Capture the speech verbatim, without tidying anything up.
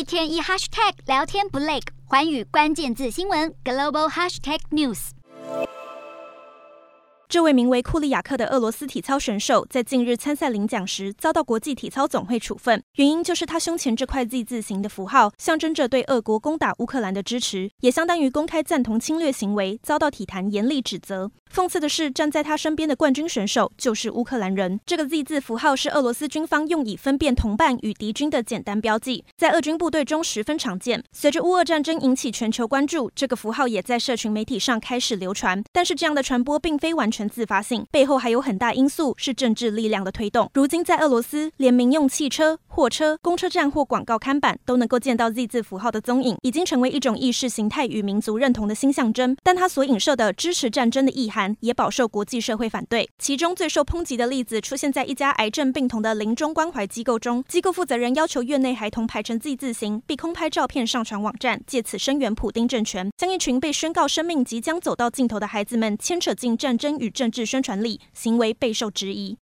天一 hashtag 聊天不累，寰宇关键字新闻 global hashtag news。 这位名为库利亚克的俄罗斯体操选手，在近日参赛领奖时遭到国际体操总会处分，原因就是他胸前这块 Z 字形的符号，象征着对俄国攻打乌克兰的支持，也相当于公开赞同侵略行为，遭到体坛严厉指责。讽刺的是，站在他身边的冠军选手就是乌克兰人。这个 Z 字符号是俄罗斯军方用以分辨同伴与敌军的简单标记，在俄军部队中十分常见。随着乌俄战争引起全球关注，这个符号也在社群媒体上开始流传。但是这样的传播并非完全自发性，背后还有很大因素是政治力量的推动。如今在俄罗斯，连民用汽车、货车、公车站或广告看板都能够见到 Z 字符号的踪影，已经成为一种意识形态与民族认同的新象征。但它所影射的支持战争的意涵，也饱受国际社会反对。其中最受抨击的例子出现在一家癌症病童的临终关怀机构中，机构负责人要求院内孩童排成 Z 字形，并空拍照片上传网站，借此声援普丁政权，将一群被宣告生命即将走到尽头的孩子们牵扯进战争与政治宣传里，行为备受质疑。